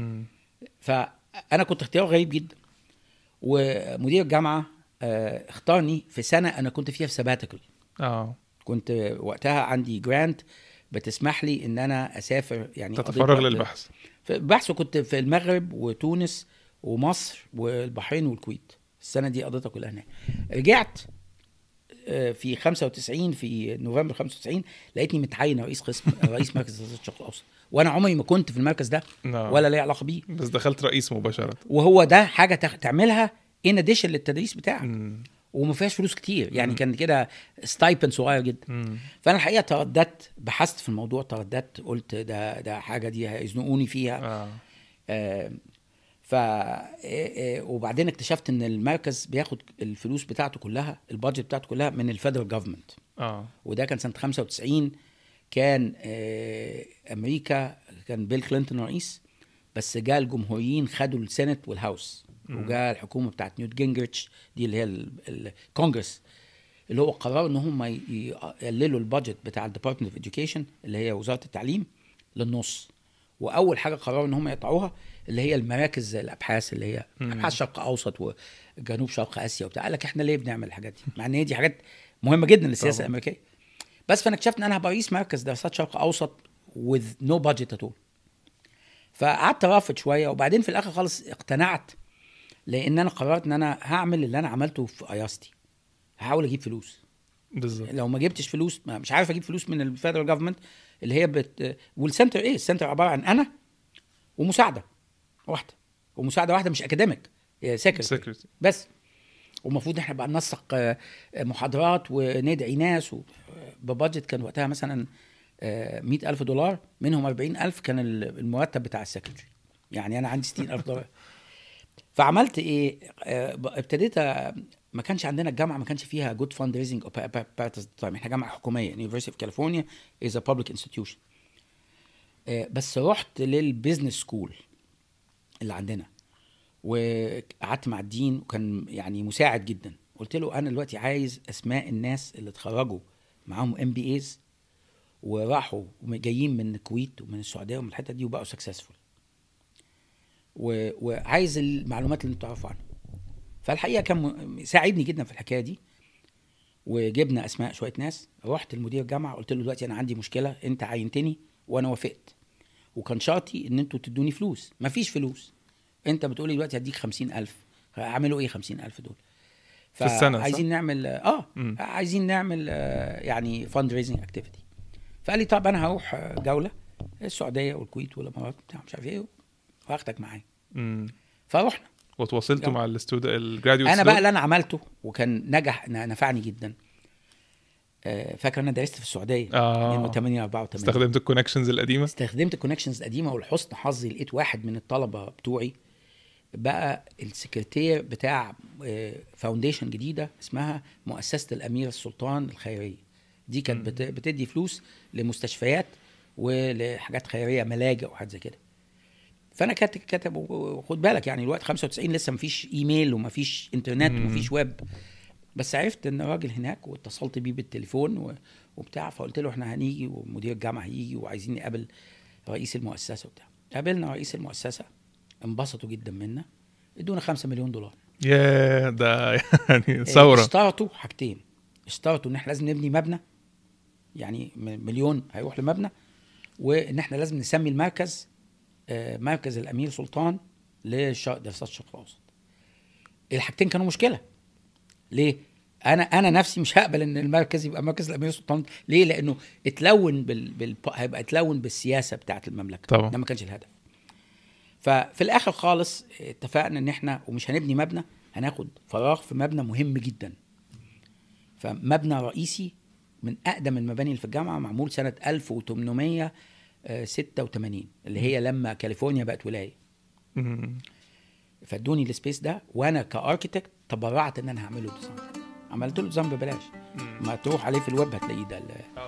فانا كنت اختيار غريب جدا، ومدير الجامعه اه اختارني في سنه انا كنت فيها في سباتيكل. اه كنت وقتها عندي جرانت بتسمح لي ان انا اسافر، يعني تتفرغ للبحث. في بحث كنت في المغرب وتونس ومصر والبحرين والكويت. السنه دي قضيتها كلها هناك. رجعت في خمسة وتسعين في نوفمبر خمسة وتسعين لقيتني متعين رئيس قسم رئيس مركز دراسات الشرق الاوسط، وانا عمري ما كنت في المركز ده ولا لي علاقه بيه، بس دخلت رئيس مباشره. وهو ده حاجه تعملها ان اديشن للتدريس بتاعك، وما فيهاش فلوس كتير يعني. مم. كان كده ستايبن صغير جدا. مم. فانا الحقيقه ترددت، بحثت في الموضوع، ترددت، قلت ده ده حاجه دي هيزنقوني فيها. آه. آه ف وبعدين اكتشفت ان المركز بياخد الفلوس بتاعته كلها، البادجت بتاعته كلها من الفيدرال جوفرمنت. اه وده كان سنه خمسة وتسعين. كان آه امريكا كان بيل كلينتون رئيس، بس جاء الجمهوريين خدوا السينات والهاوس، وجاء الحكومه بتاعت نيوت جينجريتش دي اللي هي الكونجرس، اللي هو قرروا ان هم يقللوا البادجت بتاع الديبارتمنت اوف اديوكيشن اللي هي وزاره التعليم للنص. واول حاجه قرروا ان هم يقطعوها اللي هي المراكز الابحاث اللي هي ابحاث شرق اوسط وجنوب شرق اسيا وبتاع. قال لك احنا ليه بنعمل الحاجات دي مع ان هي دي حاجات مهمه جدا للسياسه الامريكيه. بس فانا اكتشفت ان انا هبقى رئيس مركز دراسات شرق اوسط with no budget at all. فقعدت رافض شويه، وبعدين في الاخر خالص اقتنعت، لان انا قررت ان انا هعمل اللي انا عملته في اياستي، هحاول اجيب فلوس. بالظبط. لو ما جبتش فلوس، ما مش عارف اجيب فلوس من الفيدرال جوفرمنت اللي هي بت... والسنتر ايه؟ السنتر عباره عن انا ومساعده واحده، ومساعده واحده مش اكاديميك، سكرتري بس. ومفروض احنا بقى ننسق محاضرات وندعي ناس، وببادجت كان وقتها مثلا مئة ألف دولار، منهم أربعين ألف كان المرتب بتاع السكرتري، يعني انا عندي ستين ألف دولار. فعملت ايه؟ ابتديت، ما كانش عندنا الجامعه ما كانش فيها جود فاند ريزنج اباراتس، احنا جامعه حكوميه، University of California is a public institution. بس رحت للبيزنس سكول اللي عندنا، وقعدت مع الدين، وكان يعني مساعد جدا. قلت له انا دلوقتي عايز اسماء الناس اللي اتخرجوا معاهم ام بي ايز وراحوا جايين من الكويت ومن السعوديه ومن الحته دي وبقوا سكسسفول، وعايز المعلومات اللي انتوا تعرفوا عنها. فالحقيقه كان ساعدني جدا في الحكايه دي، وجبنا اسماء شويه ناس. رحت المدير الجامعه قلت له دلوقتي انا عندي مشكله، انت عينتني وانا وافقت، وكان شرطي ان انتوا تدوني فلوس. مفيش فلوس، انت بتقولي دلوقتي هديك خمسين ألف، هعملوا ايه خمسين ألف دول في السنه؟ عايزين نعمل اه م. عايزين نعمل آه يعني فاند ريزنج اكتيفيتي. فقال لي طب انا هروح جوله السعوديه والكويت والامارات بتاع مش عارف ايه، وهاخدك معايا. فروحنا وتواصلتوا مع الستودنت الجراديويت. انا بقى اللي انا عملته وكان نجح، نفعني جدا. فاكر انا درست في السعوديه آه. اثنين وثمانين أربعة وثمانين. استخدمت الكونكشنز القديمه استخدمت الكونكشنز القديمه، ولحسن حظي لقيت واحد من الطلبه بتوعي بقى السكرتير بتاع فاونديشن جديده اسمها مؤسسه الامير السلطان الخيريه. دي كانت بتدي فلوس لمستشفيات ولحاجات خيريه، ملاجئ وحاجات زي كده. فانا كاتب كاتب وخد بالك يعني الوقت خمسة وتسعين لسه مفيش ايميل ومفيش انترنت ومفيش ويب، بس عرفت ان الراجل هناك واتصلت بيه بالتليفون وبتاع، فقلت له احنا هنيجي ومدير الجامعه هيجي وعايزين نقابل رئيس المؤسسه وبتاع. قابلنا رئيس المؤسسه، انبسطوا جدا منا، ادونا خمسة مليون دولار. يا ده يعني ثوره. اشترطوا حاجتين، اشترطوا ان احنا لازم نبني مبنى، يعني مليون هيروح لمبنى، وان احنا لازم نسمي المركز مركز الامير سلطان للشرق دراسات الشرق الاوسط. الحاجتين كانوا مشكله. ليه؟ انا انا نفسي مش هقبل ان المركز يبقى مركز الامير سلطان. ليه؟ لانه اتلون بال, بال... هيبقى اتلون بالسياسه بتاعه المملكه. طبعا. ده ما كانش الهدف. ففي الاخر خالص اتفقنا ان احنا ومش هنبني مبنى، هناخد فراغ في مبنى مهم جدا. فمبنى رئيسي من اقدم المباني اللي في الجامعه، معمول سنه ألف وثمانمائة وستة وثمانين اللي هي لما كاليفورنيا بقت ولايه. فادوني السبيس ده، وانا كاركيتكت تبرعت ان انا هعمله ديزاين. عملت له ديزاين ببلاش، ما تروح عليه في الويب هتلاقيه ده.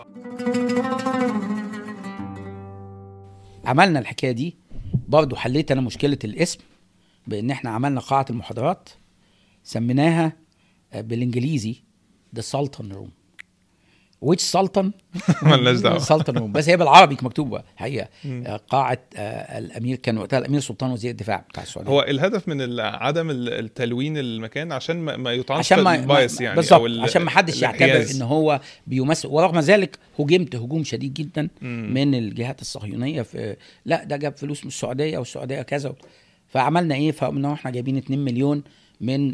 عملنا الحكايه دي برضو. حليت انا مشكله الاسم بان احنا عملنا قاعه المحاضرات سميناها بالانجليزي The Sultan Room. which Sultan مالناش دعوه Sultan Room، بس هي بالعربي مكتوبه حقيقه. قاعه الامير كان وقتها الامير سلطان وزير الدفاع بتاع السعوديه. هو الهدف من عدم التلوين المكان عشان ما يطعنش في البايس يعني، بالظبط، عشان ما حدش يعتبر ان هو بيمثل. ورغم ذلك هجمت هجوم شديد جدا مم. من الجهات الصهيونيه في لا ده جاب فلوس من السعوديه والسعوديه كذا. فعملنا ايه؟ فقلنا احنا جايبين اتنين مليون من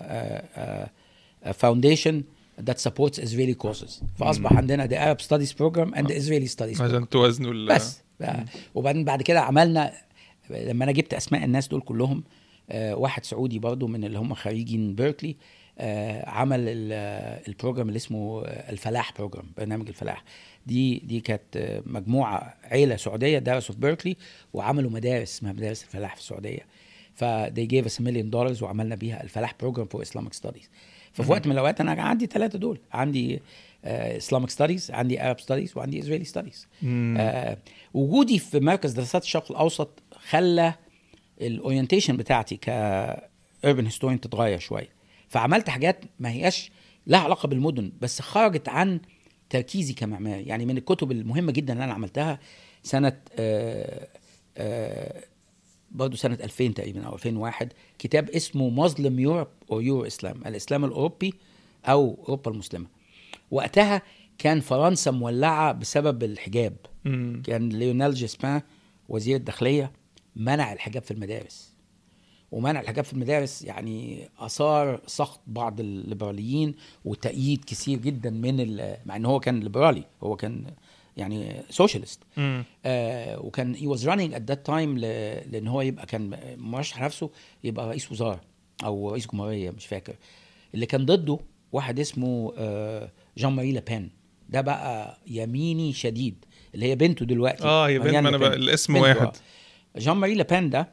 فاونديشن that supports Israeli causes. فأصبح مم. عندنا the Arab Studies Program and the Israeli Studies Program. عشان توازنوا بس. وبعدين بعد كده عملنا، لما أنا جبت أسماء الناس دول كلهم، آه واحد سعودي برضو من اللي هم خريجين بيركلي، آه عمل البروجرام اللي اسمه الفلاح بروجرام، برنامج الفلاح. دي دي كانت مجموعة عيلة سعودية درسوا في بيركلي وعملوا مدارس اسمها مدارس الفلاح في السعودية. ف they gave us a million dollars وعملنا بيها الفلاح بروجرام for Islamic Studies. ففي وقت من الاوقات انا عندي ثلاثه دول، عندي اسلامك ستاديز، عندي ارب ستاديز، وعندي اسرائيلي ستاديز. آه وجودي في مركز دراسات الشرق الاوسط خلى الاورينتيشن بتاعتي كاوربن هيستوريان تتغير شويه. فعملت حاجات ما هياش لها علاقه بالمدن، بس خرجت عن تركيزي كمعماري. يعني من الكتب المهمه جدا اللي انا عملتها سنه آه آه برضو سنة ألفين تقريبا أو ألفين وواحد، كتاب اسمه Muslim Europe or Euro Islam، الإسلام الأوروبي أو أوروبا المسلمة. وقتها كان فرنسا مولعة بسبب الحجاب. مم. كان ليونيل جيسبان وزير الداخلية منع الحجاب في المدارس، ومنع الحجاب في المدارس يعني أثار سخط بعض الليبراليين وتأييد كثير جدا من، مع أنه هو كان ليبرالي، هو كان يعني سوشيالست. آه وكان he was running at that time ل... لان هو يبقى كان مرشح نفسه يبقى رئيس وزراء او رئيس جمهوريه مش فاكر. اللي كان ضده واحد اسمه آه جان ماري لابين، ده بقى يميني شديد، اللي هي بنته دلوقتي. اه هي بنت، انا بقى الاسم واحد. جان ماري لابين ده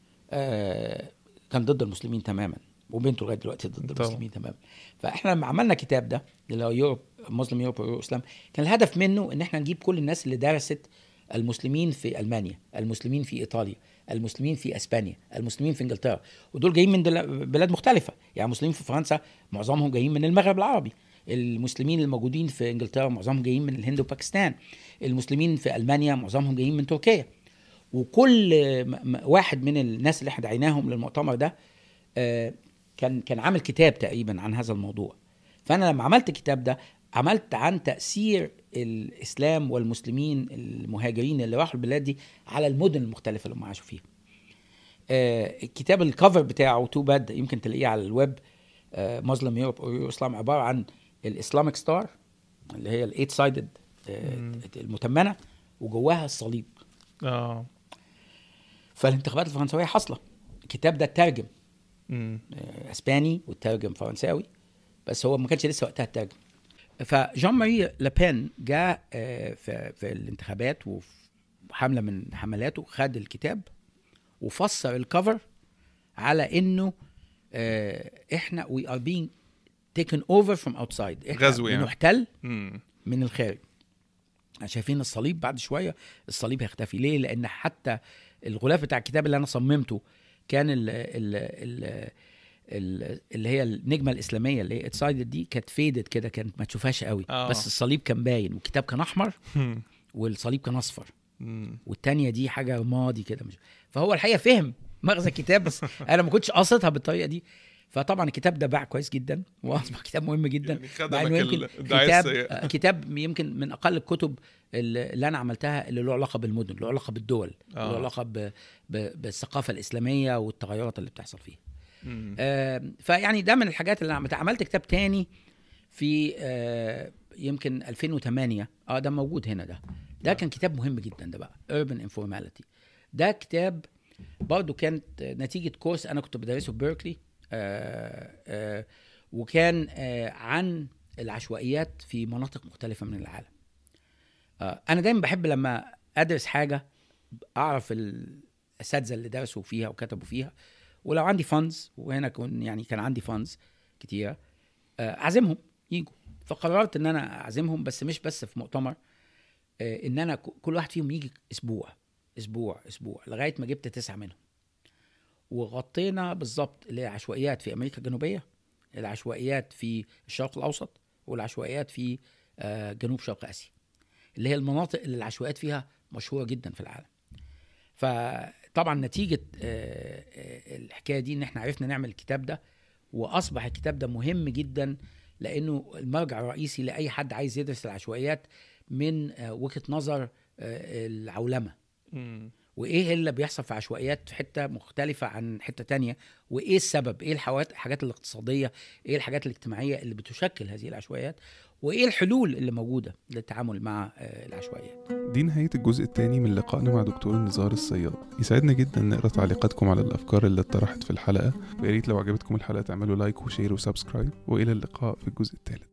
آه كان ضد المسلمين تماما، وبنته لغايه دلوقتي ضد المسلمين تماما. فاحنا لما عملنا كتاب ده اللي هو يوروب مسلم يوروب والاسلام، كان الهدف منه ان احنا نجيب كل الناس اللي درست المسلمين في المانيا، المسلمين في ايطاليا، المسلمين في اسبانيا، المسلمين في انجلترا، ودول جايين من بلاد مختلفه. يعني المسلمين في فرنسا معظمهم جايين من المغرب العربي، المسلمين الموجودين في انجلترا معظمهم جايين من الهند وباكستان، المسلمين في المانيا معظمهم جايين من تركيا. وكل واحد من الناس اللي احنا دعيناهم للمؤتمر ده كان كان عامل كتاب تقريبا عن هذا الموضوع. فانا لما عملت الكتاب ده عملت عن تأثير الإسلام والمسلمين المهاجرين اللي راحوا البلاد دي على المدن المختلفة اللي هم عاشوا فيها. آه الكتاب الكفر بتاعه تو باد يمكن تلاقيه على الويب، آه مسلم يوروب أو إسلام، عبارة عن الإسلامك ستار اللي هي الإيت سايدد آه المتمنة وجواها الصليب. آه. فالانتخابات الفرنسوية حصلة. الكتاب ده ترجم آه أسباني وترجم فرنساوي، بس هو ما كانش لسه وقتها ترجم. فجان ماري لابين جاء في, في الانتخابات وحملة من حملاته خد الكتاب وفسر الكفر على انه احنا we are being taken over from outside، احنا بنحتل يعني. من الخارج. شايفين الصليب بعد شوية الصليب هيختفي. ليه؟ لان حتى الغلاف بتاع الكتاب اللي انا صممته كان ال ال ال اللي هي النجمه الاسلاميه اللي هي اتسايدد دي كانت فيدد كده، كانت ما تشوفهاش قوي. آه. بس الصليب كان باين، والكتاب كان احمر والصليب كان اصفر، والتانية دي حاجه رمادي كده. مش فهو الحقيقه فهم مغزى الكتاب، بس انا ما كنتش قاصدها بالطريقه دي. فطبعا الكتاب ده باع كويس جدا واصبح كتاب مهم جدا، يعني مع انه يمكن كتاب كتاب يمكن من اقل الكتب اللي انا عملتها اللي له علاقه بالمدن، له علاقه بالدول، آه. له علاقه ب... ب... بالثقافه الاسلاميه والتغيرات اللي بتحصل فيها. آه فيعني ده من الحاجات اللي انا عملت. كتاب تاني في آه يمكن ألفين وثمانية، اه ده موجود هنا، ده ده كان كتاب مهم جدا، ده بقى Urban Informality. ده كتاب برضو كانت نتيجه كورس انا كنت بدرسه في بيركلي، آه آه وكان آه عن العشوائيات في مناطق مختلفة من العالم. آه أنا دايما بحب لما أدرس حاجة أعرف الأساتذة اللي درسوا فيها وكتبوا فيها، ولو عندي فانز، وهنا كن يعني كان عندي فانز كتيرة، آه أعزمهم يجوا. فقررت إن أنا أعزمهم، بس مش بس في مؤتمر، آه إن أنا كل واحد فيهم يجي أسبوع أسبوع أسبوع لغاية ما جبت تسعة منهم، وغطينا بالضبط العشوائيات في أمريكا الجنوبية، العشوائيات في الشرق الأوسط، والعشوائيات في جنوب شرق آسيا، اللي هي المناطق اللي العشوائيات فيها مشهورة جدا في العالم. فطبعا نتيجة الحكاية دي إن احنا عرفنا نعمل الكتاب ده، وأصبح الكتاب ده مهم جدا لأنه المرجع الرئيسي لأي حد عايز يدرس العشوائيات من وجهة نظر العولمة. م. وايه اللي بيحصل في عشوائيات في حته مختلفه عن حته تانية، وايه السبب، ايه الحاجات الاقتصاديه، ايه الحاجات الاجتماعيه اللي بتشكل هذه العشوائيات، وايه الحلول اللي موجوده للتعامل مع العشوائيات. دي نهايه الجزء الثاني من لقائنا مع دكتور نزار الصياد. يسعدنا جدا نقرا تعليقاتكم على الافكار اللي اتطرحت في الحلقه، ويا ريت لو عجبتكم الحلقه تعملوا لايك وشير وسبسكرايب، والى اللقاء في الجزء الثالث.